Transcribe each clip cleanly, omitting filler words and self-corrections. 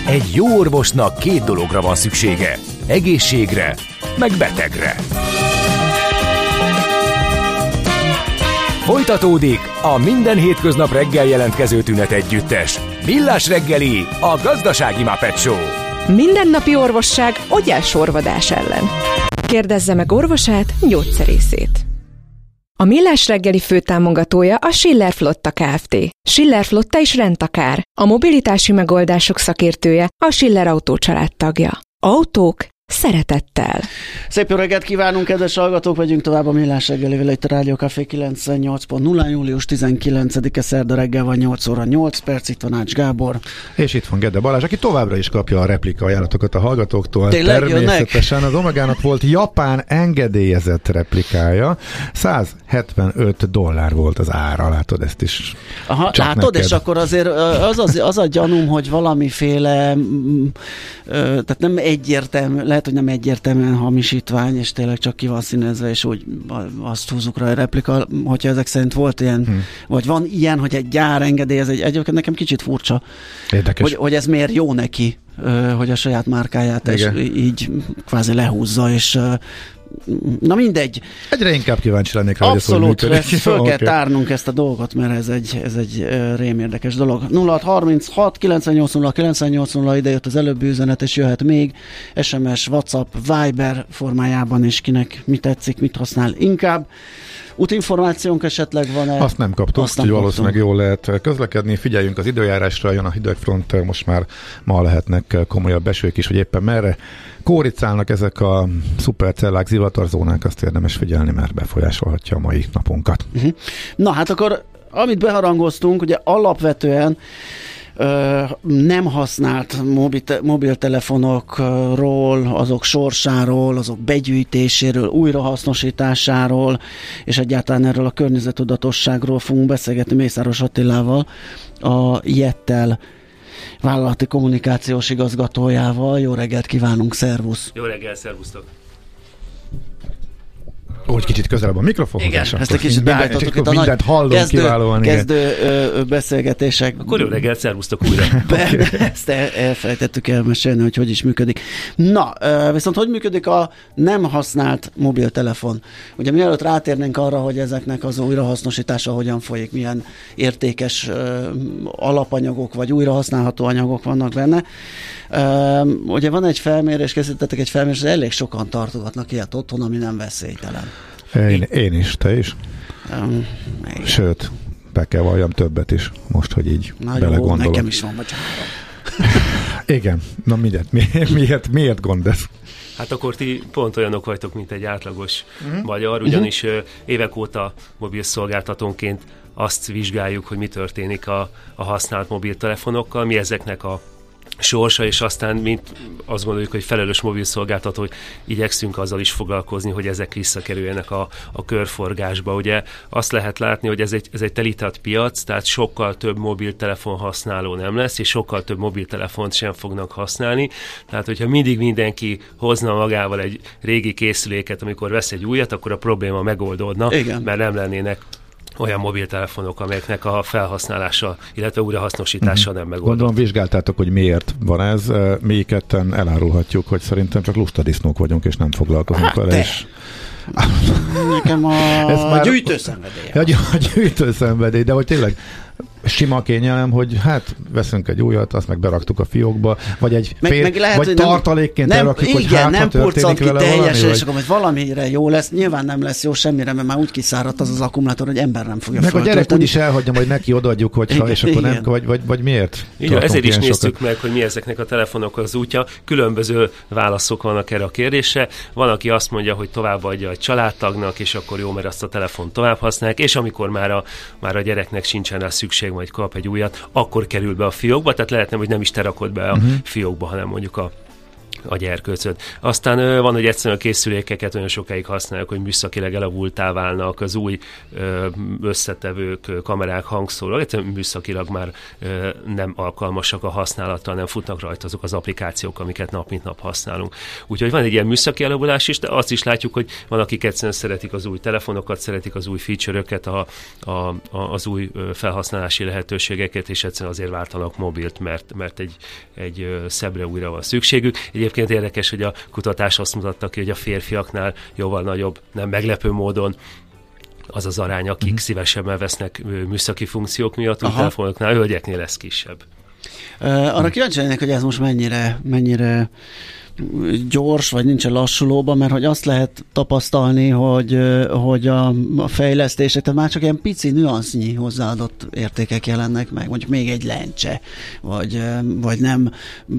Egy jó orvosnak 2 dologra van szüksége. Egészségre, meg betegre. Folytatódik a minden hétköznap reggel jelentkező tünet együttes. Millás reggeli, a gazdasági Muppet Show. Mindennapi orvosság ogyásorvadás ellen. Kérdezze meg orvosát, gyógyszerészét. A Millás reggeli főtámogatója a Schiller Flotta Kft. Schiller Flotta is rendtakár. A mobilitási megoldások szakértője, a Schiller Autó család tagja. Autók szeretettel. Szép jó reggelt kívánunk, kedves hallgatók, vagyunk tovább a Millás reggelivel itt a Rádió Café 98.0, július 19-e szerda reggel van 8 óra 8 perc, itt van Ács Gábor. És itt van Gede Balázs, aki továbbra is kapja a replika ajánlatokat a hallgatóktól. Tényleg természetesen jönnek? Az Omegának volt japán engedélyezett replikája, $175 volt az ára, látod ezt is. Aha, látod, neked. És akkor azért az a gyanúm, hogy valamiféle, tehát nem egyértelmű, lehet, hogy nem egyértelműen hamisítvány, és tényleg csak ki van színezve, és úgy azt húzzuk rá a replika, hogyha ezek szerint volt ilyen, vagy van ilyen, hogy egy gyár engedélyez, egyébként nekem kicsit furcsa, hogy ez miért jó neki, hogy a saját márkáját és így kvázi lehúzza, és na mindegy. Egyre inkább kíváncsi lennék rá, hogy abszolút, föl kell tárnunk ezt a dolgot, mert ez egy rém érdekes dolog. 0636 980 980 ide jött az előbbi üzenet, és jöhet még SMS, WhatsApp, Viber formájában is, kinek mi tetszik, mit használ inkább. Útinformációnk esetleg van-e? Azt nem kaptunk, úgyhogy valószínűleg jól lehet közlekedni. Figyeljünk az időjárásra, jön a hidegfront, most már ma lehetnek komolyabb esők is, hogy éppen merre kóricálnak ezek a szupercellák, zivatarzónák, azt érdemes figyelni, mert befolyásolhatja a mai napunkat. Na hát akkor, amit beharangoztunk, ugye alapvetően nem használt mobiltelefonokról, azok sorsáról, azok begyűjtéséről, újrahasznosításáról, és egyáltalán erről a környezettudatosságról fogunk beszélgetni Mészáros Attilával, a Jettel vállalati kommunikációs igazgatójával. Jó reggelt kívánunk, szervusz! Jó reggelt, szervusztok! Úgy kicsit közelebb a mikrofonhoz. Igen, ezt egy kicsit beállítottuk itt a mindent hallunk kiválóan. Kezdő beszélgetések. Akkor jó reggelt, szervusztok újra. Ezt elfelejtettük elmesélni, hogy is működik. Na, viszont hogy működik a nem használt mobiltelefon? Ugye mielőtt rátérnénk arra, hogy ezeknek az újrahasznosítása hogyan folyik, milyen értékes alapanyagok vagy újrahasználható anyagok vannak benne. Ugye van egy felmérés, készítettek egy felmérés, hogy elég sokan tartogatnak ilyet otthon, ami nem veszélytelen. Én is, te is. Sőt, be kell valljam többet is, most, hogy így belegondolok. Nekem is van, bocsánat. Igen, na miért gond ez? Hát akkor ti pont olyanok vagytok, mint egy átlagos magyar, ugyanis évek óta mobilszolgáltatónként azt vizsgáljuk, hogy mi történik a használt mobiltelefonokkal, mi ezeknek a sorsa, és aztán mint azt gondoljuk, hogy felelős mobilszolgáltató, hogy igyekszünk azzal is foglalkozni, hogy ezek visszakerüljenek a körforgásba. Ugye azt lehet látni, hogy ez egy telített piac, tehát sokkal több mobiltelefon használó nem lesz, és sokkal több mobiltelefont sem fognak használni. Tehát, hogyha mindig mindenki hozna magával egy régi készüléket, amikor vesz egy újat, akkor a probléma megoldódna, igen, mert nem lennének olyan mobiltelefonok, amelyeknek a felhasználása, illetve újrahasznosítása nem megoldott. Gondolom vizsgáltátok, hogy miért van ez. Mi ketten elárulhatjuk, hogy szerintem csak lustadisznók vagyunk, és nem foglalkozunk vele is. Nekem a gyűjtőszenvedély. A gyűjtőszenvedély, de hogy tényleg sima kényelem, hogy hát veszünk egy újat, azt meg beraktuk a fiókba, vagy egy vagy tartalékként elrakjuk, hogy hát, nem történik vele teljesen, és akkor hogy valamire jó lesz, nyilván nem lesz jó semmire, mert már úgy kiszáradt az akkumulátor, hogy ember nem fogja meg a gyerek úgyis elhagyja, majd neki odaadjuk, hogyha, igen, és akkor nem, vagy miért? Igen, ezért is néztük meg, hogy mi ezeknek a telefonok az útja. Különböző válaszok vannak erre a kérdésre. Van, aki azt mondja, hogy továbbadja a családtagnak, és akkor jó, mert azt a telefont tovább használják, és amikor már a gyereknek sincsen rá szükség, majd kap egy újat, akkor kerül be a fiókba, tehát lehetne, hogy nem is te rakod be a fiókba, hanem mondjuk a gyerkőcöt. Aztán van, hogy egyszerűen a készülékeket olyan sokáig használják, hogy műszakileg elavultá válnak, az új összetevők, kamerák, hangszórók, egyszerűen műszakilag már nem alkalmasak a használatra, nem futnak rajta azok az applikációk, amiket nap mint nap használunk. Úgyhogy van egy ilyen műszaki elavulás is, de azt is látjuk, hogy van, akik egyszerűen szeretik az új telefonokat, szeretik az új feature-öket, az új felhasználási lehetőségeket, és egyszerűen azért váltanak mobilt, mert egy szebbre újra van szükségük. Egyébként érdekes, hogy a kutatás azt mutatta ki, hogy a férfiaknál jóval nagyobb, nem meglepő módon az az arány, akik szívesebben vesznek műszaki funkciók miatt, új telefonoknál, hölgyeknél lesz kisebb. Arra kíváncsi lennék, hogy ez most mennyire gyors, vagy nincs lassulóban, mert hogy azt lehet tapasztalni, hogy a fejlesztések, tehát már csak ilyen pici nüansznyi hozzáadott értékek jelennek meg, mondjuk még egy lencse, vagy nem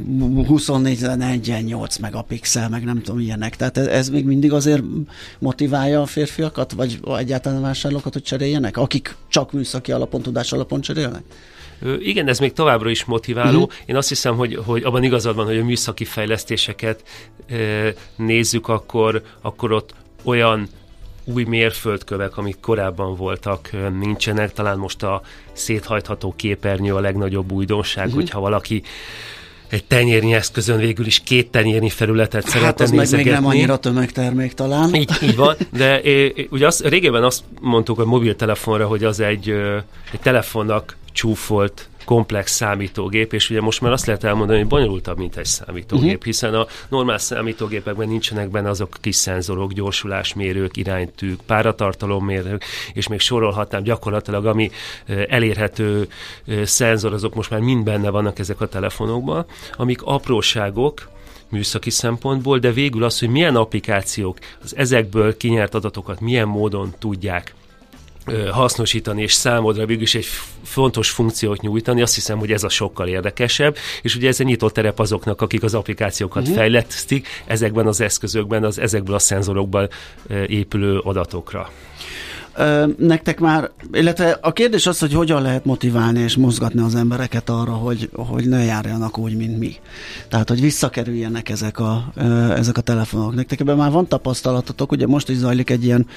24-8 megapixel, meg nem tudom ilyenek. Tehát ez még mindig azért motiválja a férfiakat, vagy egyáltalán vásárlókat, hogy cseréljenek, akik csak műszaki alapon, tudás alapon cserélnek? Igen, ez még továbbra is motiváló. Én azt hiszem, hogy abban igazad van, hogy a műszaki fejlesztéseket nézzük, akkor ott olyan új mérföldkövek, amik korábban voltak, nincsenek. Talán most a széthajtható képernyő a legnagyobb újdonság, hogyha valaki egy tenyérnyi eszközön végül is 2 tenyérnyi felületet szeretne nézegetni. Hát az meg még nem annyira tömegtermék talán. Így van, de ugye régebben azt mondtuk a mobiltelefonra, hogy az egy telefonnak csúfolt komplex számítógép, és ugye most már azt lehet elmondani, hogy bonyolultabb, mint egy számítógép, hiszen a normál számítógépekben nincsenek benne azok kis szenzorok, gyorsulásmérők, iránytűk, páratartalommérők, és még sorolhatnám gyakorlatilag, ami elérhető szenzor, azok most már mind benne vannak ezek a telefonokban, amik apróságok műszaki szempontból, de végül az, hogy milyen applikációk az ezekből kinyert adatokat milyen módon tudják hasznosítani, és számodra végül is egy fontos funkciót nyújtani, azt hiszem, hogy ez a sokkal érdekesebb, és ugye ez egy nyitott terep azoknak, akik az applikációkat fejlesztik ezekben az eszközökben, ezekből a szenzorokból épülő adatokra. Nektek már, illetve a kérdés az, hogy hogyan lehet motiválni és mozgatni az embereket arra, hogy ne járjanak úgy, mint mi. Tehát, hogy visszakerüljenek ezek a telefonok. Nektek ebben már van tapasztalatotok, ugye most is zajlik egy ilyen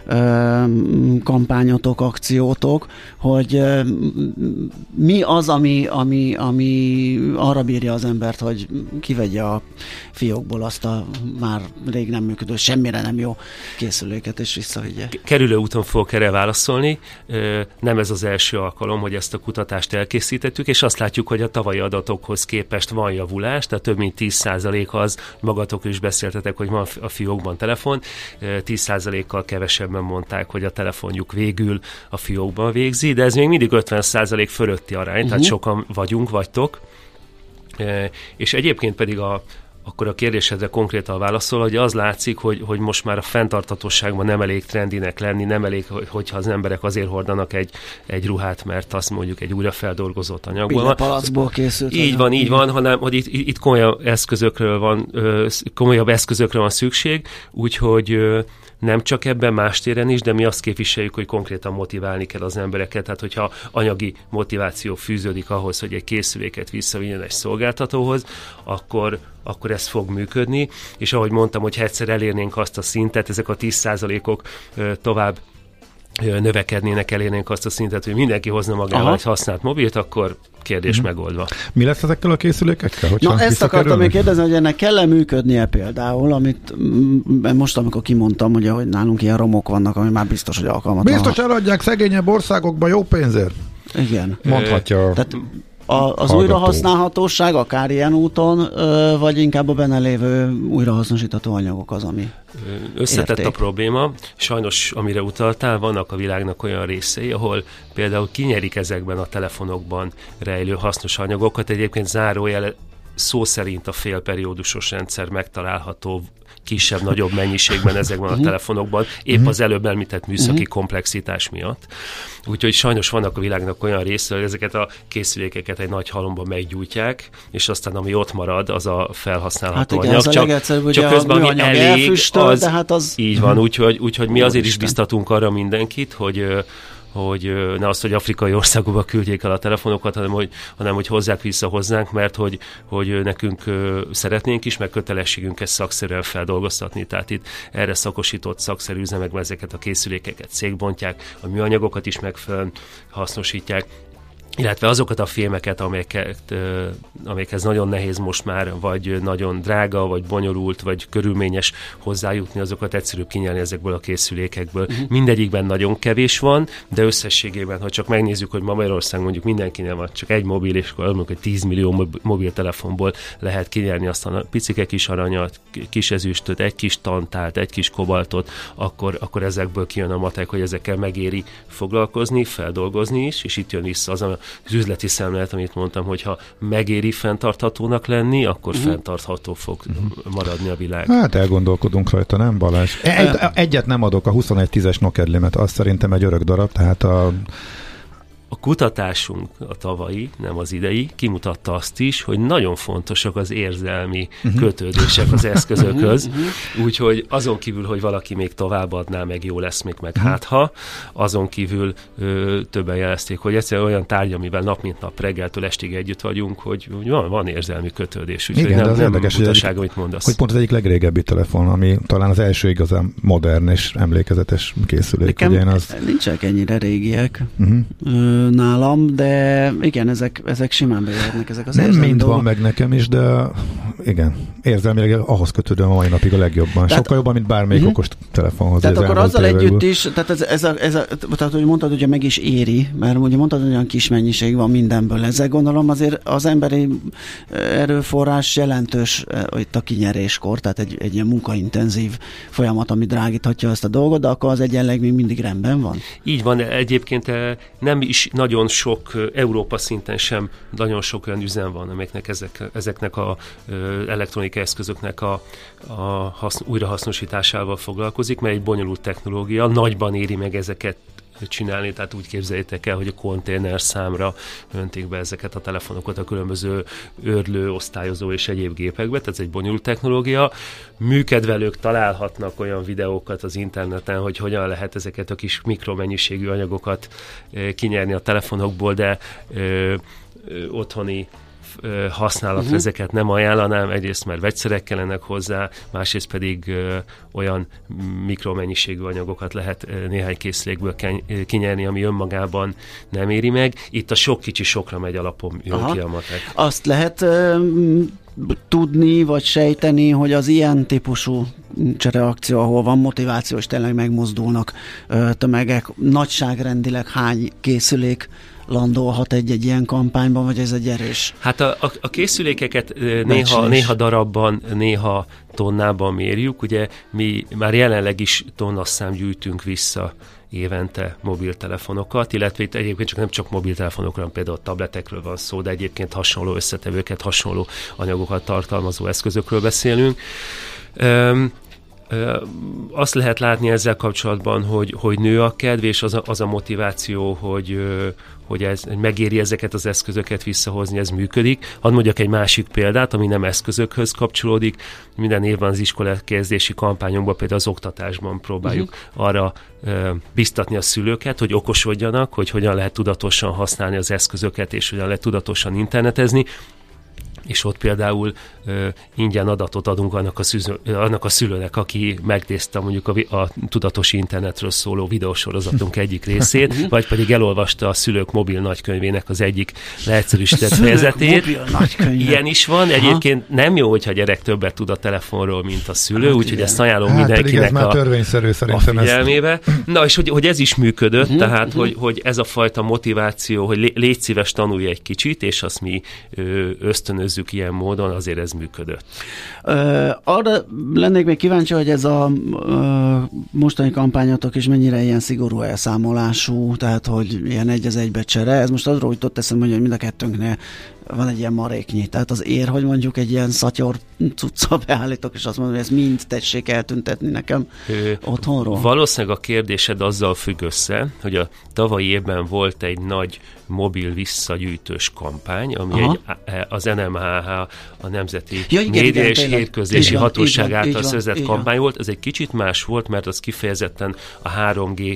kampányotok, akciótok, hogy mi az, ami arra bírja az embert, hogy kivegye a fiókból azt a már rég nem működő, semmire nem jó készüléket, és visszavigye. Kerülő úton fogok erre válaszolni. Nem ez az első alkalom, hogy ezt a kutatást elkészítettük, és azt látjuk, hogy a tavalyi adatokhoz képest van javulás, tehát több mint 10% az, magatok is beszéltetek, hogy van a fiókban telefon, 10%-kal kevesebben mondták, hogy a telefonjuk végül a fiókban végzi, de ez még mindig 50% fölötti arány, tehát sokan vagytok. És egyébként pedig akkor a kérdésedre konkrétan válaszol, hogy az látszik, hogy most már a fenntarthatóságban nem elég trendinek lenni, nem elég, hogyha az emberek azért hordanak egy ruhát, mert azt mondjuk egy újrafeldolgozott anyagból van. Palacból készült. Így van, hanem hogy itt komolyabb eszközökre van szükség, úgyhogy nem csak ebben, más téren is, de mi azt képviseljük, hogy konkrétan motiválni kell az embereket. Tehát, hogyha anyagi motiváció fűződik ahhoz, hogy egy készüléket visszavigyen egy szolgáltatóhoz, akkor ez fog működni. És ahogy mondtam, hogy egyszer elérnénk azt a szintet, ezek a 10%-ok tovább növekednének, elérnénk azt a szintet, hogy mindenki hozna magával egy használt mobilt, akkor kérdés megoldva. Mi lesz ezekkel a készülékekkel? Na, ezt akartam még kérdezni, hogy ennek kell-e működnie például, amit most, amikor kimondtam, ugye, hogy nálunk ilyen romok vannak, ami már biztos, hogy alkalmatlan. Biztos eladják szegényebb országokba jó pénzért. Igen. Mondhatja. Tehát az újrahasználhatóság akár ilyen úton, vagy inkább a benne lévő újrahasznosítható anyagok az, ami összetett érték. A probléma. Sajnos, amire utaltál, vannak a világnak olyan részei, ahol például kinyerik ezekben a telefonokban rejlő hasznos anyagokat. Egyébként zárójel szó szerint a félperiódusos rendszer megtalálható kisebb-nagyobb mennyiségben ezekben a telefonokban, épp az előbb említett műszaki komplexitás miatt. Úgyhogy sajnos vannak a világnak olyan része, hogy ezeket a készülékeket egy nagy halomba meggyújtják, és aztán ami ott marad, az a felhasználható anyag. Az a legegyszerűbb, csak közben ami elég, de hát az... Így van, úgyhogy mi azért is biztatunk arra mindenkit, ne azt, hogy afrikai országokba küldjék el a telefonokat, hanem hogy hozzák vissza hozzánk, mert hogy nekünk szeretnénk is, meg kötelességünk ezt szakszerűen feldolgoztatni. Tehát itt erre szakosított szakszerű üzemekben ezeket a készülékeket székbontják, a műanyagokat is megfelelően hasznosítják, illetve azokat a filmeket, amelyekhez nagyon nehéz most már, vagy nagyon drága, vagy bonyolult, vagy körülményes hozzájutni, azokat egyszerűbb kinyelni ezekből a készülékekből. Mindegyikben nagyon kevés van, de összességében, ha csak megnézzük, hogy ma Magyarországon mondjuk mindenkinél van csak egy mobil, és akkor mondjuk, hogy 10 millió mobiltelefonból lehet kinyelni azt a picike kis aranyat, kis ezüstöt, egy kis tantált, egy kis kobaltot, akkor ezekből kijön a matek, hogy ezekkel megéri foglalkozni, feldolgozni is, és itt jön vissza az üzleti szemlélet, amit mondtam, hogy ha megéri fenntarthatónak lenni, akkor fenntartható fog maradni a világ. Hát elgondolkodunk rajta, nem Balázs? Egyet nem adok, a 2110-es Nokedlimet, azt szerintem egy örök darab, tehát a kutatásunk, a tavalyi, nem az idei, kimutatta azt is, hogy nagyon fontosak az érzelmi kötődések az eszközökhöz, úgyhogy azon kívül, hogy valaki még továbbadná, meg jó lesz még, meg hátha, azon kívül többen jelezték, hogy egyszerűen olyan tárgy, amivel nap mint nap reggeltől estig együtt vagyunk, hogy van érzelmi kötődés. Úgyhogy igen, nem érdekes, butaság, amit mondasz. Hogy pont az egyik legrégebbi telefon, ami talán az első igazán modern és emlékezetes készülék. Nekem nincsenek ennyire régiek. Nálam, de igen, ezek simán bejöhetnek, ezek az érzelmi mind dolgok. Van meg nekem is, de igen, érzelmileg ahhoz kötődöm a mai napig a legjobban. Tehát, sokkal jobban, mint bármelyik okos telefonhoz. Tehát akkor azzal együtt is, tehát tehát, hogy mondtad, hogy meg is éri, mert ugye mondtad, hogy olyan kis mennyiség van mindenből. Ezzel gondolom azért az emberi erőforrás jelentős itt a kinyeréskor, tehát egy ilyen munkaintenzív folyamat, ami drágíthatja ezt a dolgot, de akkor az egyenleg még mindig rendben van. Így van, de egyébként nem is nagyon sok, Európa szinten sem nagyon sok olyan üzem van, amelyeknek ezeknek a elektronikai eszközöknek a újrahasznosításával foglalkozik, mert egy bonyolult technológia, nagyban éri meg ezeket csinálni, tehát úgy képzeljétek el, hogy a konténer számra öntik be ezeket a telefonokat a különböző őrlő, osztályozó és egyéb gépekbe, tehát ez egy bonyolult technológia. Műkedvelők találhatnak olyan videókat az interneten, hogy hogyan lehet ezeket a kis mikromennyiségű anyagokat kinyerni a telefonokból, de otthoni használatra ezeket nem ajánlanám, egyrészt mert vegyszerek kellenek hozzá, másrészt pedig olyan mikromennyiségű anyagokat lehet néhány készülékből kinyerni, ami önmagában nem éri meg. Itt a sok kicsi sokra megy alapon jön ki a matek. Azt lehet tudni, vagy sejteni, hogy az ilyen típusú csereakció, ahol van motiváció, és tényleg megmozdulnak tömegek, nagyságrendileg hány készülék landolhat egy ilyen kampányban, vagy ez egy erős? Hát a készülékeket néha darabban, néha tonnában mérjük. Ugye mi már jelenleg is tonnaszám gyűjtünk vissza évente mobiltelefonokat, illetve itt egyébként nem csak mobiltelefonokról, hanem például tabletekről van szó, de egyébként hasonló összetevőket, hasonló anyagokat tartalmazó eszközökről beszélünk. Azt lehet látni ezzel kapcsolatban, hogy nő a kedv, és az a motiváció, hogy megéri ezeket az eszközöket visszahozni, ez működik. Hadd mondjak egy másik példát, ami nem eszközökhöz kapcsolódik. Minden évben az iskolakezdési kampányunkban, például az oktatásban próbáljuk arra biztatni a szülőket, hogy okosodjanak, hogy hogyan lehet tudatosan használni az eszközöket, és hogyan lehet tudatosan internetezni. És ott például ingyen adatot adunk annak a szülőnek, aki megnézte mondjuk a tudatos internetről szóló videósorozatunk egyik részét, vagy pedig elolvasta a szülők mobil nagykönyvének az egyik leegyszerűsített fejezetét. Ilyen is van. Egyébként nem jó, hogyha a gyerek többet tud a telefonról, mint a szülő, úgyhogy ezt ajánlom mindenkinek a figyelmébe. Na, és hogy ez is működött, tehát hogy ez a fajta motiváció, hogy légy szíves, tanulj egy kicsit, és azt mi ösztönözzük ilyen módon, azért ez működött. Arra lennék még kíváncsi, hogy ez a mostani kampányatok is mennyire ilyen szigorú elszámolású, tehát hogy ilyen egy az egybe csere. Ez most arról jutott eszembe, hogy mind a kettőnknél van egy ilyen maréknyi. Tehát az ér, hogy mondjuk egy ilyen szatyor cucca beállítok, és azt mondom, hogy ezt mind tessék eltüntetni nekem otthonról. Valószínűleg a kérdésed azzal függ össze, hogy a tavalyi évben volt egy nagy mobil visszagyűjtős kampány, ami az NMHH, a Nemzeti Média és Hírközlési Hatóság által szervezett kampány volt. Ez egy kicsit más volt, mert az kifejezetten a 3G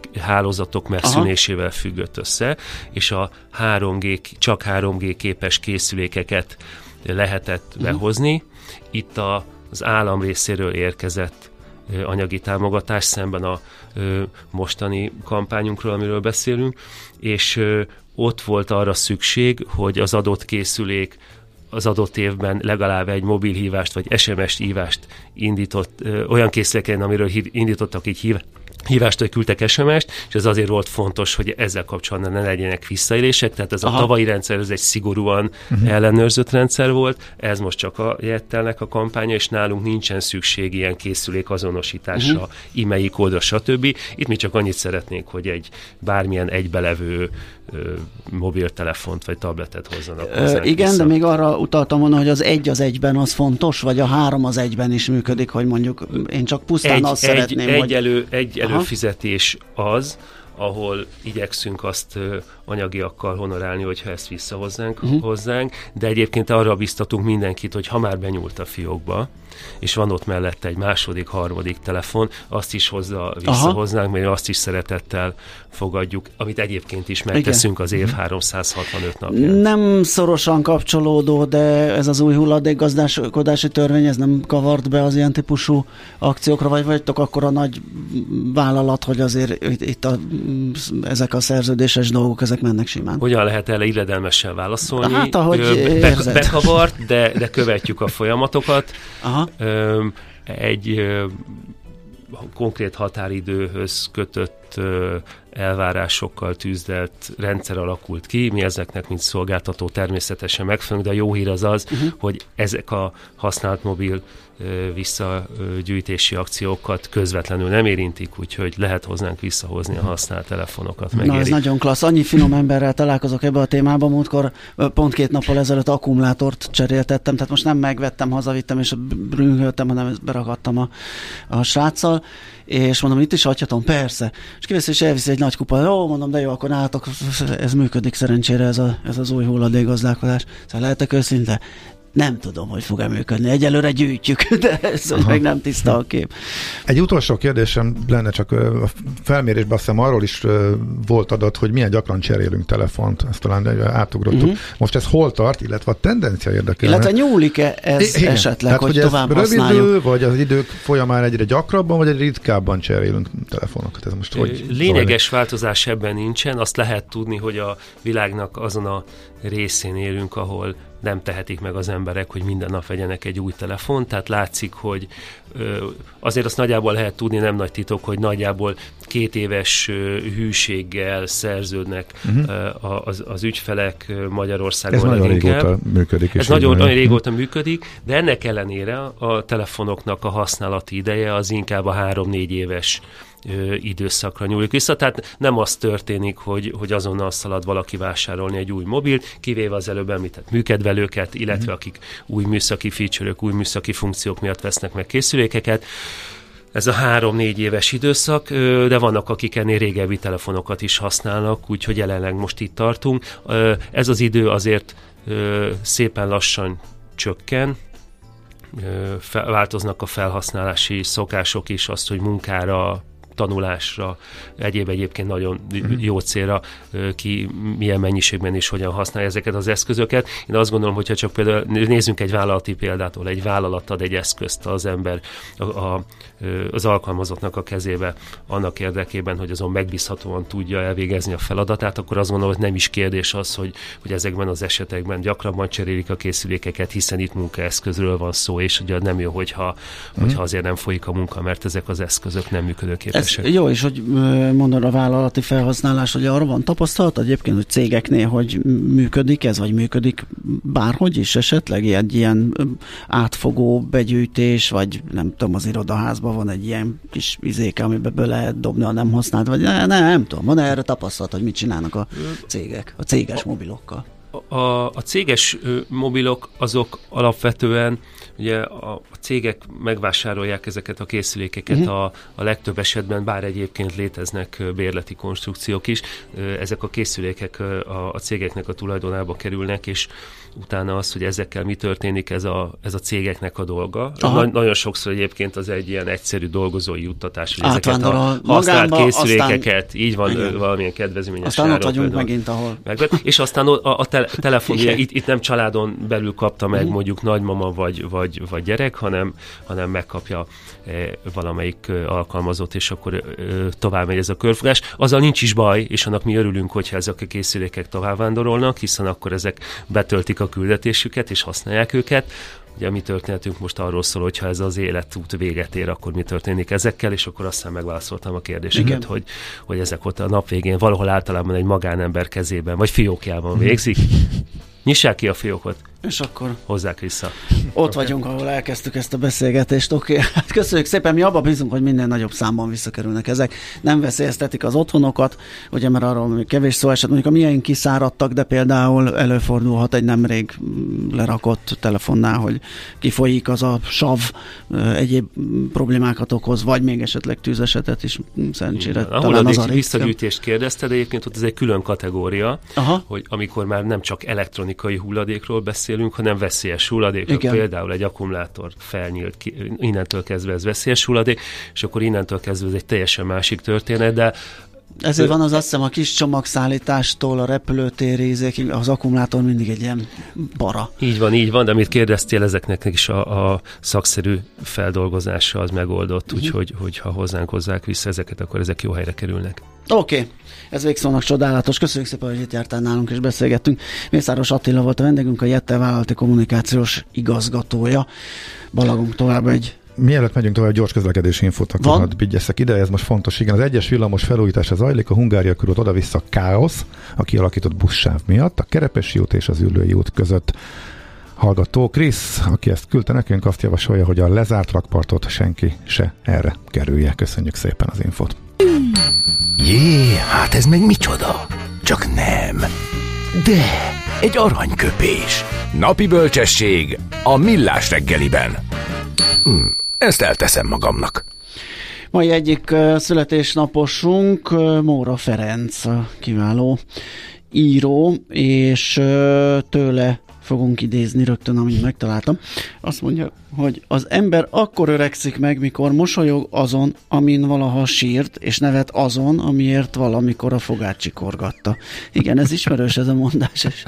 hálózatok megszűnésével függött össze, és a 3G, csak 3G képes készülékeket lehetett behozni. Itt az állam részéről érkezett anyagi támogatás szemben a mostani kampányunkról, amiről beszélünk, és ott volt arra szükség, hogy az adott készülék az adott évben legalább egy mobilhívást vagy SMS hívást indított, olyan készüléken, amiről indítottak így hívást, hogy küldtek SMS-t, és ez azért volt fontos, hogy ezzel kapcsolatban ne legyenek visszaélések, tehát ez a tavalyi rendszer, ez egy szigorúan ellenőrzött rendszer volt, ez most csak a Jettelnek a kampánya, és nálunk nincsen szükség ilyen készülék azonosításra, e-mail kódra, stb. Itt mi csak annyit szeretnénk, hogy egy bármilyen egybelevő mobiltelefont vagy tabletet hozzanak. Igen, vissza. de még arra utaltam volna, hogy az 1 az 1-ben az fontos, vagy a 3 az 1-ben is működik, hogy mondjuk én csak pusztán azt szeretném, hogy... Egy előfizetés az, ahol igyekszünk azt anyagiakkal honorálni, hogyha ezt visszahozzánk hozzánk, de egyébként arra biztatunk mindenkit, hogy ha már benyúlt a fiókba, és van ott mellette egy második, harmadik telefon, azt is visszahoznánk, mert azt is szeretettel fogadjuk, amit egyébként is megteszünk az év 365 napján. Nem szorosan kapcsolódó, de ez az új hulladékgazdálkodási törvény, ez nem kavart be az ilyen típusú akciókra, vagy vagytok akkor a nagy vállalat, hogy azért itt ezek a szerződéses dolgok, ezek mennek simán? Hogyan lehet erre illedelmesen válaszolni? Hát, ahogy érzed. Bekavart, de követjük a folyamatokat. Egy konkrét határidőhöz kötött elvárásokkal tűzdelt rendszer alakult ki. Mi ezeknek, mint szolgáltató természetesen megfelelünk, de a jó hír az, hogy ezek a használt mobil visszagyűjtési akciókat közvetlenül nem érintik, úgyhogy lehet hoznánk visszahozni a használt telefonokat. Na, ez nagyon klassz. Annyi finom emberrel találkozok ebbe a témában, múltkor pont 2 nappal ezelőtt akkumulátort cseréltettem, tehát most nem megvettem, hazavittem és brüngöltem, hanem berakadtam a sráccal, és mondom, itt is hagyhatom, persze. És kivesz és elviszi egy nagy kupa, jó, mondom, de jó, akkor nálatok ez működik szerencsére, ez az új hulladékgazdálkodás. Szóval lehetek őszinte? Nem tudom, hogy fog-e működni. Egyelőre gyűjtjük, de ez meg nem tiszta a kép. Egy utolsó kérdésem lenne, csak a felmérésben azt hiszem arról is volt adat, hogy milyen gyakran cserélünk telefont. Ezt talán átugrottuk. Most ez hol tart, illetve a tendencia érdekelne. Illetve nyúlik-e ez esetleg, hát, hogy tovább használjuk? Rövid, vagy az idők folyamán egyre gyakrabban, vagy egyre ritkábban cserélünk telefonokat? Ez most lényeges változás ebben nincsen. Azt lehet tudni, hogy a világnak azon a részén élünk, ahol nem tehetik meg az emberek, hogy minden nap vegyenek egy új telefont, tehát látszik, hogy azért azt nagyjából lehet tudni, nem nagy titok, hogy nagyjából 2 éves hűséggel szerződnek az ügyfelek Magyarországon. Ez nagyon régóta működik. Ez nagyon régóta működik, de ennek ellenére a telefonoknak a használati ideje az inkább a 3-4 éves időszakra nyúlik vissza, tehát nem az történik, hogy azonnal szalad valaki vásárolni egy új mobilt, kivéve az előbb említett műkedvelőket, illetve akik új műszaki feature-ök, új műszaki funkciók miatt vesznek meg készülékeket. Ez a 3-4 éves időszak, de vannak, akik ennél régebbi telefonokat is használnak, úgyhogy jelenleg most itt tartunk. Ez az idő azért szépen lassan csökken, változnak a felhasználási szokások is, azt, hogy munkára, tanulásra, egyébként nagyon jó célra ki milyen mennyiségben és hogyan használja ezeket az eszközöket. Én azt gondolom, hogyha csak például nézzünk egy vállalati példát, ahol egy vállalat ad egy eszközt az ember az alkalmazottnak a kezébe annak érdekében, hogy azon megbízhatóan tudja elvégezni a feladatát, akkor azt gondolom, hogy nem is kérdés az, hogy ezekben az esetekben gyakrabban cserélik a készülékeket, hiszen itt munkaeszközről van szó, és ugye nem jó, hogyha azért nem folyik a munka, mert ezek az eszközök nem működőképesek. Jó, és hogy mondod a vállalati felhasználás, hogy arra van tapasztalat egyébként, hogy cégeknél, hogy működik ez, vagy működik bárhogy is esetleg ilyen átfogó begyűjtés, vagy nem tudom, az irodaházban van egy ilyen kis izéke, amiben be lehet dobni a nem használt, vagy nem tudom, van erre tapasztalat, hogy mit csinálnak a cégek, a céges mobilokkal? A céges mobilok azok alapvetően, ugye a cégek megvásárolják ezeket a készülékeket a legtöbb esetben, bár egyébként léteznek bérleti konstrukciók is, ezek a készülékek a cégeknek a tulajdonába kerülnek, és utána az, hogy ezekkel mi történik, ez a cégeknek a dolga. Nagyon sokszor egyébként az egy ilyen egyszerű dolgozói juttatás, hogy ezeket a használt készülékeket, aztán, így van, igen, valamilyen kedvezményes aztán ott vagyunk megint, ahol... És aztán a telefon, itt nem családon belül kapta meg mondjuk nagymama vagy gyerek, hanem megkapja valamelyik alkalmazott, és akkor tovább megy ez a körforgás. Azzal nincs is baj, és annak mi örülünk, hogyha ezek a készülékek tovább vándorolnak, hiszen akkor ezek betöltik a küldetésüket, és használják őket. Ugye a mi történetünk most arról szól, hogyha ez az életút véget ér, akkor mi történik ezekkel, és akkor aztán megválaszoltam a kérdéseket, hogy ezek ott a nap végén valahol általában egy magánember kezében, vagy fiókjában végzik. Nyissák ki a fiókot, és akkor hozzák vissza. Ott vagyunk, ahol elkezdtük ezt a beszélgetést. Oké. Hát köszönjük szépen, mi abba bízunk, hogy minden nagyobb számban visszakerülnek ezek. Nem veszélyeztetik az otthonokat, ugye, mert arról kevés szó esett, mondjuk a miénk kiszáradtak, de például előfordulhat egy nemrég lerakott telefonnál, hogy kifolyik az a sav, egyéb problémákat okoz, vagy még esetleg tűzesetet is, szerencsére talán az a visszagyűjtést kérdezted, egyébként ott ez egy külön kategória, hogy amikor már nem csak elektronikai hulladékról beszélünk, hanem veszélyes hulladék. Például egy akkumulátor felnyílt ki, innentől kezdve ez veszélyes hulladék, és akkor innentől kezdve ez egy teljesen másik történet, de ezért van az, azt hiszem, a kis csomagszállítástól a repülőtérig, az akkumulátor mindig egy ilyen bara. Így van, de amit kérdeztél, ezeknek is a szakszerű feldolgozása az megoldott, úgyhogy ha hozzánk hozzák vissza ezeket, akkor ezek jó helyre kerülnek. Oké. Ez végszónak csodálatos. Köszönjük szépen, hogy itt jártál nálunk és beszélgettünk. Mészáros Attila volt a vendégünk, a Jettel vállalati kommunikációs igazgatója. Balagunk tovább egy... Mielőtt megyünk tovább, gyors közlekedési infót, akkor hadd vigyeszek ide, ez most fontos. Igen, az egyes villamos felújítása zajlik, a Hungária körút oda-vissza káosz a kialakított buszsáv miatt, a Kerepesi út és az Üllői út között. Hallgató Krisz, aki ezt küldte nekünk, azt javasolja, hogy a lezárt rakpartot senki se erre kerülje. Köszönjük szépen az infót. Jé, hát ez meg micsoda? Csak nem. De egy aranyköpés. Napi bölcsesség a Millás reggeliben. Ezt elteszem magamnak. Mai egyik születésnaposunk Móra Ferenc, kiváló író, és tőle fogunk idézni rögtön, amit megtaláltam. Azt mondja, hogy az ember akkor öregszik meg, mikor mosolyog azon, amin valaha sírt, és nevet azon, amiért valamikor a fogát csikorgatta. Igen, ez ismerős ez a mondás, és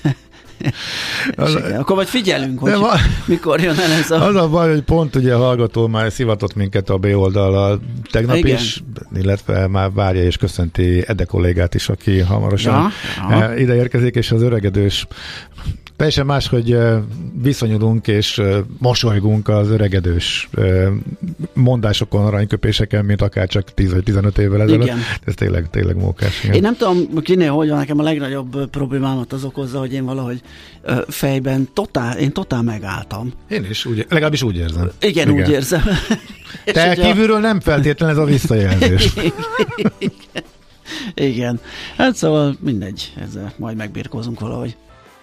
akkor vagy figyelünk, hogy mikor jön el ez a... Az a baj, hogy pont ugye a hallgató már szivatott minket a B oldallal tegnap is, illetve már várja és köszönti Ede kollégát is, aki hamarosan ide érkezik, és az öregedős teljesen más, hogy viszonyulunk és mosolygunk az öregedős mondásokon, aranyköpéseken, mint akár csak 10 vagy 15 évvel ezelőtt. Ez tényleg mókás. Igen. Én nem tudom, kinél hogy van, nekem a legnagyobb problémámat az okozza, hogy én valahogy fejben totál megálltam. Én is, legalábbis úgy érzem. Igen, úgy érzem. Te kívülről nem feltétlen ez a visszajelzés. Igen. Hát szóval mindegy, ezzel majd megbirkózunk valahogy.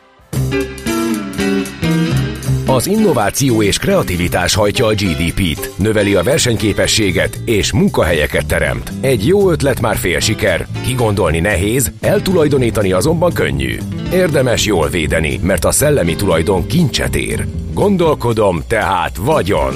Az innováció és kreativitás hajtja a GDP-t, növeli a versenyképességet és munkahelyeket teremt. Egy jó ötlet már fél siker, kigondolni nehéz, eltulajdonítani azonban könnyű. Érdemes jól védeni, mert a szellemi tulajdon kincset ér. Gondolkodom, tehát vagyon!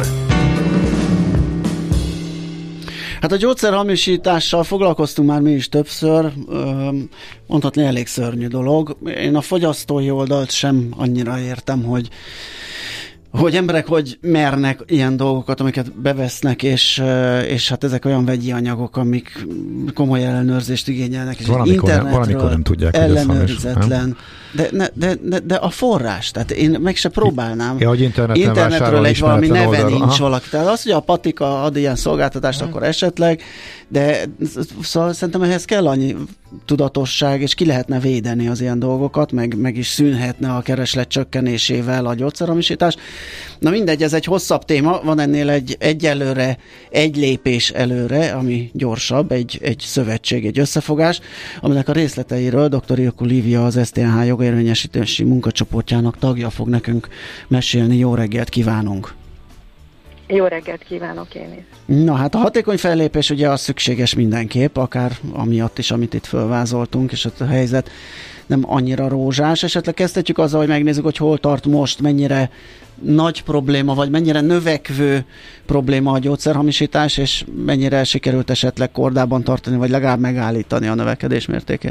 Hát a gyógyszerhamisítással foglalkoztunk már mi is többször, mondhatni elég szörnyű dolog. Én a fogyasztói oldalt sem annyira értem, hogy emberek hogy mernek ilyen dolgokat, amiket bevesznek, és hát ezek olyan vegyi anyagok, amik komoly ellenőrzést igényelnek, és valamikor nem tudják, ellenőrizetlen. De a forrás, tehát én meg se próbálnám. Hogy internetről egy valami neve nincs valaki. Tehát az, hogy a Patika ad ilyen szolgáltatást, akkor esetleg, de szóval szerintem ehhez kell annyi tudatosság, és ki lehetne védeni az ilyen dolgokat, meg is szűnhetne a kereslet csökkenésével a gyógyszerhamisítás. Na mindegy, ez egy hosszabb téma, van ennél egy lépés előre, ami gyorsabb, egy szövetség, egy összefogás, aminek a részleteiről dr. Ilko Lívia, az STNH jogérvényesítési munkacsoportjának tagja fog nekünk mesélni. Jó reggelt kívánunk! Jó reggelt kívánok én is. Na hát a hatékony fellépés ugye az szükséges mindenképp, akár amiatt is, amit itt fölvázoltunk, és ott a helyzet nem annyira rózsás. Esetleg kezdhetjük azzal, hogy megnézzük, hogy hol tart most, mennyire nagy probléma, vagy mennyire növekvő probléma a gyógyszerhamisítás, és mennyire sikerült esetleg kordában tartani, vagy legalább megállítani a növekedés mértékét.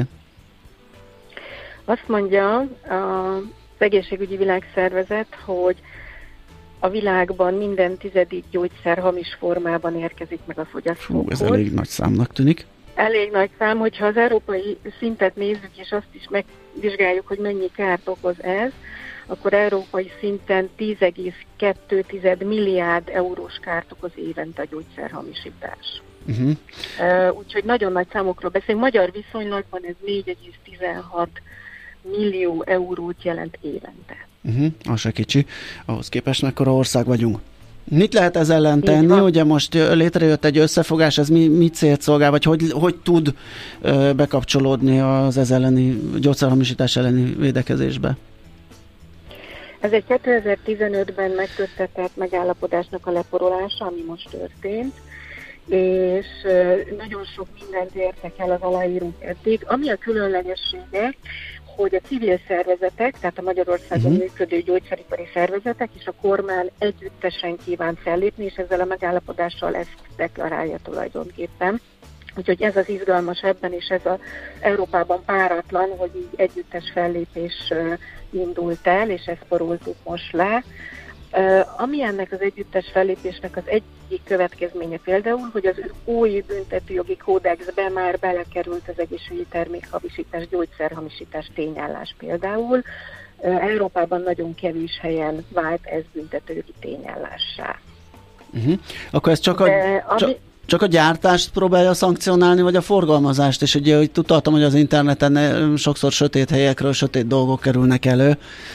Azt mondja az Egészségügyi Világszervezet, hogy a világban minden 10. gyógyszer hamis formában érkezik meg a fogyasztókhoz. Ez elég nagy számnak tűnik. Elég nagy szám, hogyha az európai szintet nézzük, és azt is megvizsgáljuk, hogy mennyi kárt okoz ez, akkor európai szinten 10,2 milliárd eurós kárt okoz évente a gyógyszerhamisítás. Úgyhogy nagyon nagy számokról beszélünk. Magyar viszonylatban ez 4,16 millió eurót jelent évente. Az se kicsi. Ahhoz képest mekkora ország vagyunk. Mit lehet ez ellen tenni? Ugye most létrejött egy összefogás, ez mi célt szolgál, vagy hogy tud bekapcsolódni az ez elleni, gyógyszerhamisítás elleni védekezésbe? Ez egy 2015-ben megköttetett megállapodásnak a leporolása, ami most történt, és nagyon sok mindent értek el az aláírók eddig. Ami a különlegessége, hogy a civil szervezetek, tehát a Magyarországon működő gyógyszeripari szervezetek és a kormány együttesen kíván fellépni, és ezzel a megállapodással ezt deklarálja tulajdonképpen. Úgyhogy ez az izgalmas ebben, és ez az Európában páratlan, hogy így együttes fellépés indult el, és ezt poroltuk most le. Ami ennek az együttes fellépésnek az egyik következménye például, hogy az új büntetőjogi kódexbe már belekerült az egészségügyi termékhamisítás, gyógyszerhamisítás tényállás például. Európában nagyon kevés helyen vált ez büntetőjogi tényállássá. Akkor ez csak a gyártást próbálja szankcionálni, vagy a forgalmazást? És ugye itt utaltam, hogy az interneten sokszor sötét helyekről sötét dolgok kerülnek elő.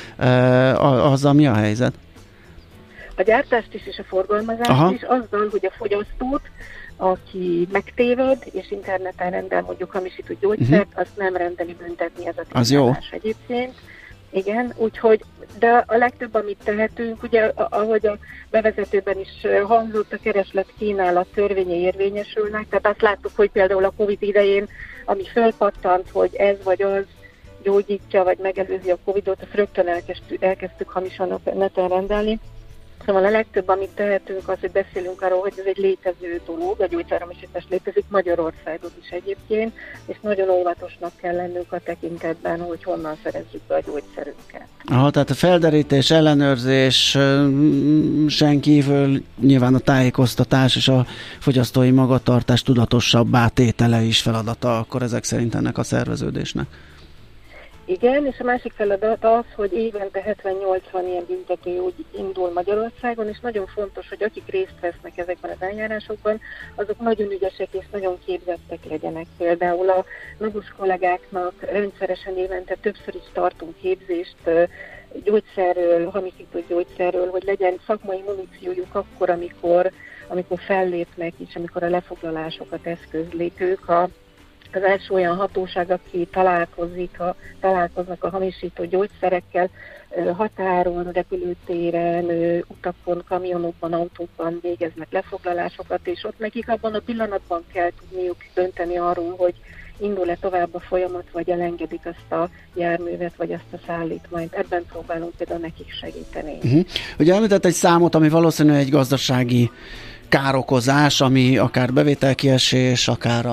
Azzal mi a helyzet? A gyártást is és a forgalmazást is azzal, hogy a fogyasztót, aki megtéved és interneten rendel mondjuk hamisított gyógyszert, azt nem rendeli büntetni ez a tényállás egyébként. Igen, úgyhogy, de a legtöbb, amit tehetünk, ugye, ahogy a bevezetőben is hangzott, a kereslet-kínálat törvényei érvényesülnek, tehát azt láttuk, hogy például a Covid idején, ami fölpattant, hogy ez vagy az gyógyítja, vagy megelőzi a Covidot, azt rögtön elkezdtük hamisan neten rendelni. Szóval a legtöbb, amit tehetünk, az, hogy beszélünk arról, hogy ez egy létező dolog, a gyógyszerhamisítás létezik Magyarországon is egyébként, és nagyon óvatosnak kell lennünk a tekintetben, hogy honnan szerezzük be a gyógyszerünket. Tehát a felderítés, ellenőrzés, sen kívül nyilván a tájékoztatás és a fogyasztói magatartás tudatosabbá tétele is feladata, akkor ezek szerint ennek a szerveződésnek. Igen, és a másik feladat az, hogy évente 70-80 ilyen büntetőjogi indul Magyarországon, és nagyon fontos, hogy akik részt vesznek ezekben az eljárásokban, azok nagyon ügyesek és nagyon képzettek legyenek. Például a NABUS kollégáknak rendszeresen évente többször is tartunk képzést gyógyszerről, hamisított gyógyszerről, hogy legyen szakmai muníciójuk akkor, amikor fellépnek, és amikor a lefoglalásokat eszközlik ők. Az első olyan hatóság, aki találkoznak a hamisító gyógyszerekkel, határon, repülőtéren, utakon, kamionokban, autókban végeznek lefoglalásokat, és ott nekik abban a pillanatban kell tudniuk dönteni arról, hogy indul-e tovább a folyamat, vagy elengedik azt a járművet, vagy azt a szállítmányt. Ebben próbálunk például nekik segíteni. Ugye említett egy számot, ami valószínűleg egy gazdasági károkozás, ami akár bevételkiesés, akár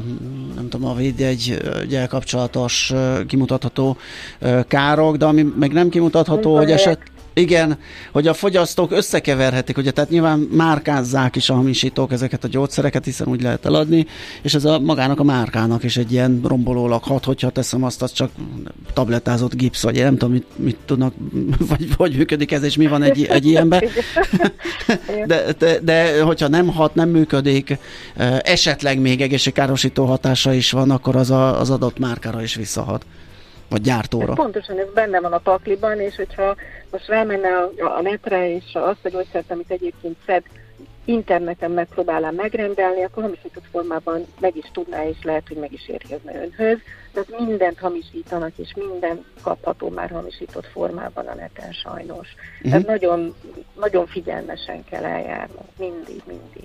a védjeggyel kapcsolatos kimutatható károk, de ami meg nem kimutatható, hogy igen, hogy a fogyasztók összekeverhetik, ugye, tehát nyilván márkázzák is a hamisítók ezeket a gyógyszereket, hiszen úgy lehet eladni, és ez magának a márkának is egy ilyen rombolólag hat, hogyha teszem azt, az csak tablettázott gipsz, vagy én nem tudom, mit tudnak, vagy hogy működik ez, és mi van egy ilyenben. de hogyha nem hat, nem működik, esetleg még egészségkárosító hatása is van, akkor az adott márkára is visszahat. Vagy gyártóra. Ez pontosan, ez benne van a pakliban, és hogyha most rámenne a netre, és azt a gyógyszert, amit egyébként szed interneten megpróbálná megrendelni, akkor hamisított formában meg is tudná, és lehet, hogy meg is érkezne önhöz. Tehát mindent hamisítanak, és minden kapható már hamisított formában a neten sajnos. Tehát nagyon, nagyon figyelmesen kell eljárnunk, mindig.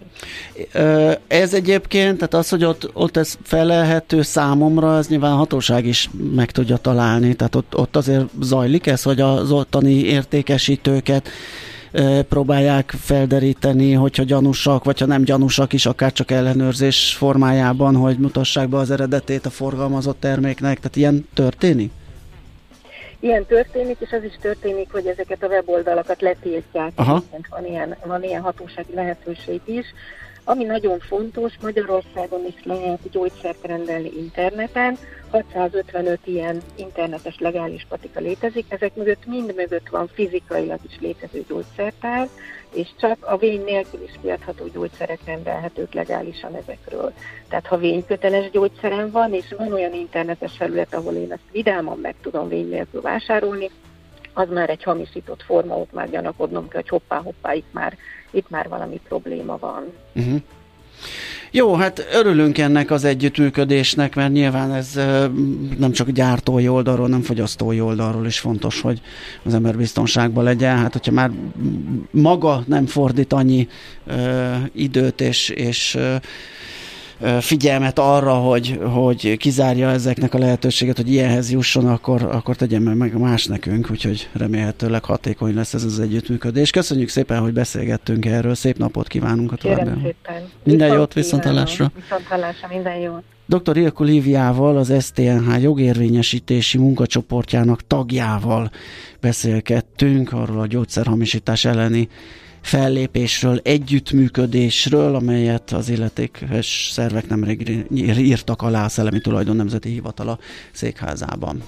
Ez egyébként, tehát az, hogy ott ez felelhető számomra, ez nyilván a hatóság is meg tudja találni, tehát ott azért zajlik ez, hogy az ottani értékesítőket próbálják felderíteni, hogyha gyanúsak, vagy ha nem gyanúsak is, akár csak ellenőrzés formájában, hogy mutassák be az eredetét a forgalmazott terméknek. Tehát ilyen történik? Ilyen történik, és az is történik, hogy ezeket a weboldalakat letiltják. Van ilyen hatósági lehetőség is. Ami nagyon fontos, Magyarországon is lehet gyógyszert rendelni interneten. 655 ilyen internetes legális patika létezik, ezek mind mögött van fizikailag is létező gyógyszertár, és csak a vény nélkül is kiadható gyógyszerek rendelhetők legálisan ezekről. Tehát ha vényköteles gyógyszerem van, és van olyan internetes felület, ahol én ezt vidáman meg tudom vény nélkül vásárolni, az már egy hamisított forma, ott már gyanakodnom kell, hogy hoppá, itt már valami probléma van. Uh-huh. Jó, hát örülünk ennek az együttműködésnek, mert nyilván ez nem csak gyártói oldalról, nem fogyasztói oldalról is fontos, hogy az ember biztonságban legyen. Hát, hogyha már maga nem fordít annyi időt és figyelmet arra, hogy kizárja ezeknek a lehetőséget, hogy ilyenhez jusson, akkor tegyen meg más nekünk, úgyhogy remélhetőleg hatékony lesz ez az együttműködés. Köszönjük szépen, hogy beszélgettünk erről, szép napot kívánunk a továbbiakban. Minden jót, viszonthallásra. Viszonthallásra, minden jót. Dr. Ilko Líviával, az STNH jogérvényesítési munkacsoportjának tagjával beszélgettünk arról a gyógyszerhamisítás elleni fellépésről, együttműködésről, amelyet az illetékes szervek nemrég írtak alá a Szellemi Tulajdon Nemzeti Hivatala székházában.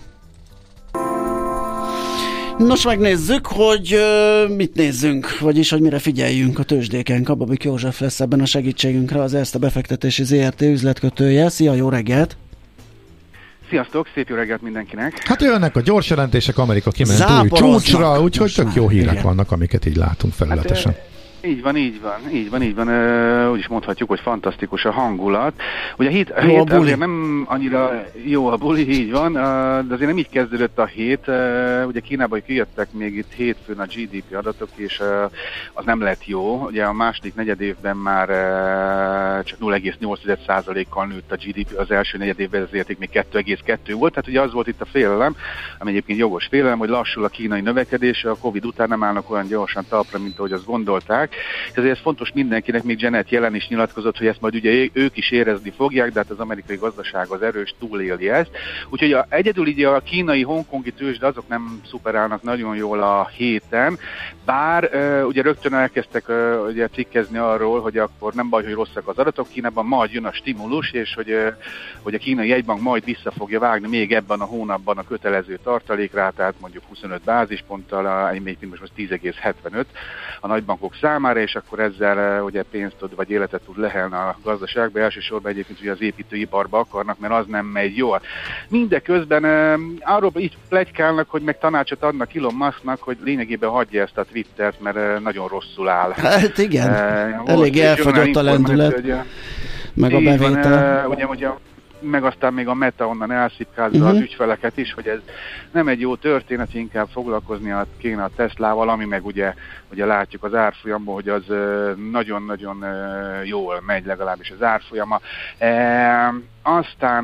Nos, megnézzük, hogy mit nézzünk, vagyis, hogy mire figyeljünk a tőzsdéken. Kababik József lesz ebben a segítségünkre, az Erste Befektetési ZRT üzletkötője. Szia, jó reggelt! Sziasztok, szép jó reggelt mindenkinek! Hát jönnek a gyors jelentések, Amerika kiment új csúcsra, úgyhogy tök jó hírek vannak, amiket így látunk felületesen. Hát, így van. Úgy is mondhatjuk, hogy fantasztikus a hangulat. Ugye a hét azért nem annyira jó a buli, így van, de azért nem így kezdődött a hét. Ugye Kínában kijöttek még itt hétfőn a GDP adatok, és az nem lett jó. Ugye a második negyedévben már csak 0,8%-kal nőtt a GDP, az első negyedévben az érték még 2,2 volt. Tehát ugye az volt itt a félelem, ami egyébként jogos félelem, hogy lassul a kínai növekedés, a Covid után nem állnak olyan gyorsan talpra, mint ahogy azt gondolták. Ezért ez fontos mindenkinek, még Janet Yellen is nyilatkozott, hogy ezt majd ugye ők is érezni fogják, de hát az amerikai gazdaság az erős, túléli ezt. Úgyhogy egyedül így a kínai, hongkongi tőzsde azok nem szuperálnak nagyon jól a héten, bár ugye rögtön elkezdtek ugye cikkezni arról, hogy akkor nem baj, hogy rosszak az adatok, Kínában majd jön a stimulus, és hogy a kínai jegybank majd vissza fogja vágni még ebben a hónapban a kötelező tartalékrátát, mondjuk 25 bázisponttal, egyébként most 10,75 a nagybankok számára, és akkor ezzel ugye pénzt tud, vagy életet tud lehelni a gazdaságba, elsősorban egyébként ugye az építőiparba akarnak, mert az nem megy jól. Mindeközben arról így pletykálnak, hogy meg tanácsot adnak Elon Musknak, hogy lényegében hagyja ezt a Twittert, mert nagyon rosszul áll. Hát igen, elég elfogyott a lendület, meg a bevétel. Ugye meg aztán még a Meta onnan elszipkázza az ügyfeleket is, hogy ez nem egy jó történet, inkább foglalkozni kéne a Teslával, ami meg ugye látjuk az árfolyamból, hogy az nagyon-nagyon jól megy, legalábbis az árfolyama. Aztán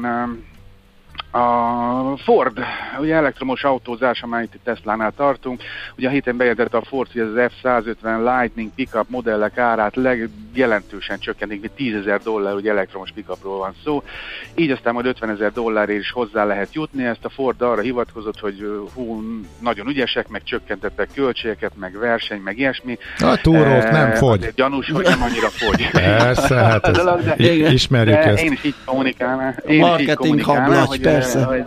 a Ford, ugye elektromos autózás, amelyet itt Teslánál tartunk, ugye a héten bejelentette a Ford, hogy az F-150 Lightning pickup modellek árát jelentősen csökkentik, mint $10,000, ugye elektromos pickupról van szó, így aztán majd $50,000 is hozzá lehet jutni. Ezt a Ford arra hivatkozott, hogy nagyon ügyesek, meg csökkentettek költségeket, meg verseny, meg ilyesmi. A túrót nem fogy. Gyanús, hogy nem annyira fogy. Persze, hát ismerjük ezt. Én is így kommunikálnám. Marketing hablagy, persze.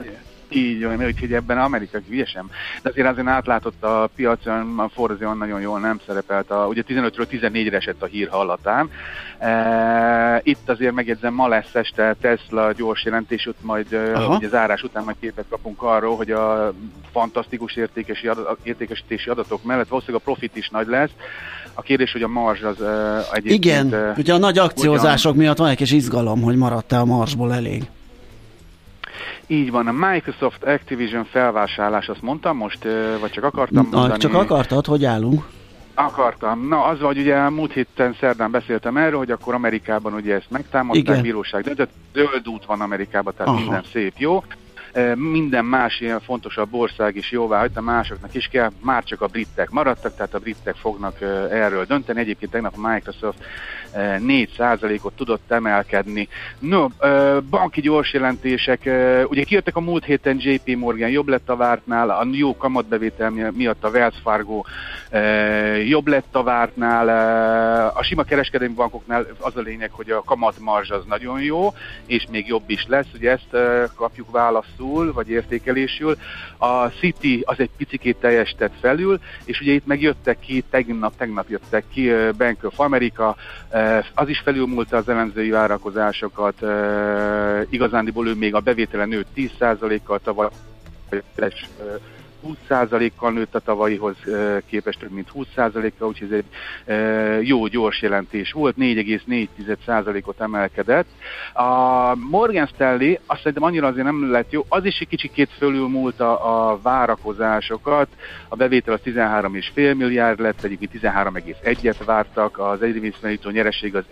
Így van, úgyhogy ebben Amerika ügyesem. De azért átlátott a piacon, a Forzion nagyon jól nem szerepelt. Ugye 15-ről 14-re esett a hír hallatán. Itt azért megjegyzem, ma lesz este Tesla gyors jelentés, ott majd ugye zárás után majd képet kapunk arról, hogy a fantasztikus értékesítési adatok mellett valószínűleg a profit is nagy lesz. A kérdés, hogy a marzs az egyébként... Igen, ugye a nagy akciózások miatt van egy kis izgalom, hogy maradt-e a marzsból elég. Így van, a Microsoft Activision felvásárlás, azt mondtam most, vagy csak akartam mondani? Csak akartad, hogy állunk? Akartam. Na, az vagy ugye múlt héten szerdán beszéltem erről, hogy akkor Amerikában ugye ezt megtámadták, bíróság, de zöld út van Amerikában, tehát minden szép jó. Minden más ilyen fontosabb ország is jóvá hagyta, másoknak is kell, már csak a britek maradtak, tehát a britek fognak erről dönteni. Egyébként tegnap a Microsoft 4%-ot tudott emelkedni. No, banki gyors jelentések, ugye kijöttek a múlt héten, JP Morgan jobb lett a vártnál, a jó kamatbevétel miatt a Wells Fargo jobb lett a vártnál, a sima kereskedelmi bankoknál az a lényeg, hogy a kamatmarzs az nagyon jó, és még jobb is lesz, ugye ezt kapjuk válaszul, vagy értékelésül. A Citi az egy picikét teljesített felül, és ugye itt megjöttek ki, tegnap jöttek ki Bank of America, az is felülmúlta az elemzői várakozásokat, igazándiból ő még a bevétele nőtt 10%-kal, tavaly 20%-kal nőtt a tavalyihoz képest, több mint 20%-kal, úgyhogy ez egy jó gyors jelentés volt, 4,4%-ot emelkedett. A Morgan Stanley azt szerintem annyira azért nem lett jó, az is egy kicsikét fölülmúlt a várakozásokat, a bevétel az 13,5 milliárd lett, egyébként 13,1-et vártak, az egyrészmerítő nyereség az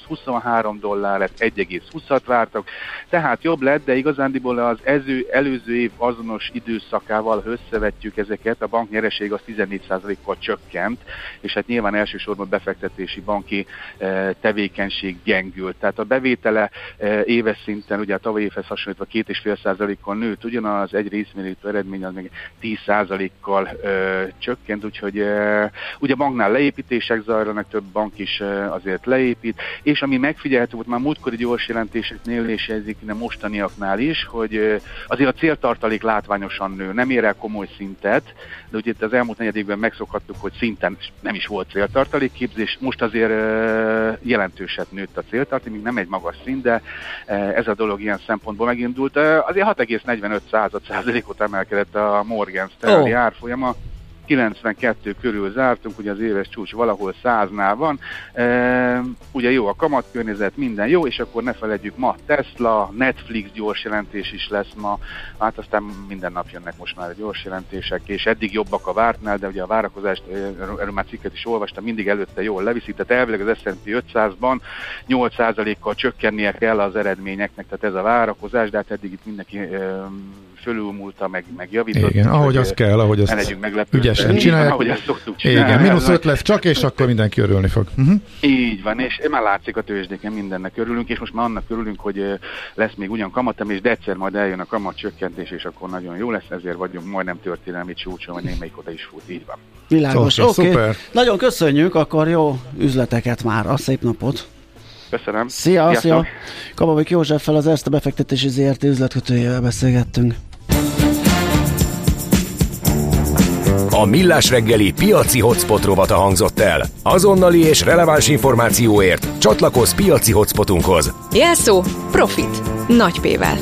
$1,23 lett, 1,20-at vártak, tehát jobb lett, de igazándiból az előző év azonos időszakával összevetjük ezeket, a bank nyereség az 14%-kal csökkent, és hát nyilván elsősorban befektetési banki tevékenység gyengült. Tehát a bevétele éves szinten, ugye a tavalyi évhez hasonlítva 2,5%-kal nőtt, ugyanaz egy részmérítő eredmény az meg 10%-kal csökkent, úgyhogy ugye banknál leépítések zajlanak, több bank is azért leépít, és ami megfigyelhető volt már múltkori gyors jelentéseknél, és ezik mostaniaknál is, hogy azért a céltartalék látványosan nő, nem ér el komoly szintet, de ugye itt az elmúlt negyedékben megszokhattuk, hogy szinten nem is volt céltartalékképzés, most azért jelentőset nőtt a céltartalék, még nem egy magas szint, de ez a dolog ilyen szempontból megindult. Azért 6,45%-ot emelkedett a Morgan Stanley árfolyama, 92 körül zártunk, ugye az éves csúcs valahol 100-nál van, ugye jó a kamatkörnyezet, minden jó, és akkor ne feledjük, ma Tesla, Netflix gyors jelentés is lesz ma, hát aztán minden nap jönnek most már a gyors jelentések, és eddig jobbak a vártnál, de ugye a várakozást, erről már cikket is olvastam, mindig előtte jól leviszik, tehát elvileg az S&P 500-ban 8%-kal csökkennie kell az eredményeknek, tehát ez a várakozás, de hát eddig itt mindenki fölülmúlta, meg javított. Igen, ahogy az kell, ahogy azt ügyesen csinálják. Ahogy ezt szoktuk csinálni. Igen, mínusz 5 lesz csak, és akkor mindenki örülni fog. Így van, és már látszik a tőzsdéken, mindennek örülünk, és most már annak örülünk, hogy lesz még ugyan kamatemelés, de egyszer majd eljön a kamatcsökkentés, és akkor nagyon jó lesz, ezért vagyunk majdnem történelmi csúcson, vagy némelyik oda is fut, így van. Világos, oké. Szuper. Nagyon köszönjük, akkor jó üzleteket már, a szép napot! Köszönöm. Szia! Kababik Józseffel, az Erste befektetési ZRT üzletkötőjével beszélgettünk. A Millás reggeli piaci hotspot rovata hangzott el. Azonnali és releváns információért csatlakozz piaci hotspotunkhoz. Jelszó Profit. Nagy P-vel.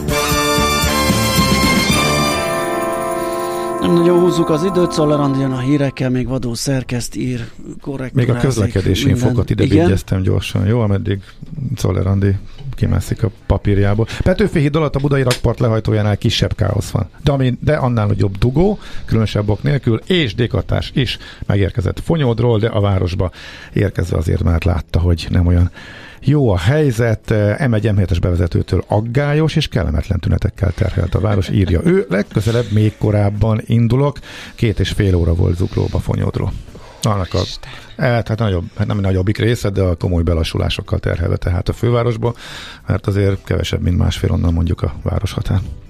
Nem nagyon húzzuk az időt, Czoller Andi jön a hírekkel, még vadó szerkeszt, ír, korrekt. Még a közlekedési infokat ide vigyeztem gyorsan, jó, ameddig Czoller Andi kimászik a papírjából. Petőfi híd alatt a budai rakpart lehajtójánál kisebb káosz van, de annál nagyobb dugó, különösebb ok nélkül, és dékatás is megérkezett Fonyódról, de a városba érkezve azért már látta, hogy nem olyan jó a helyzet, M1-M7-es bevezetőtől aggályos és kellemetlen tünetekkel terhelt a város, írja ő. Legközelebb még korábban indulok, 2,5 óra volt zuglóba Fonyódról. Annak hát nem nagyobbik része, de a komoly belassulásokkal terhelve tehát a fővárosba, mert azért kevesebb, mint másfél onnan mondjuk a városhatár.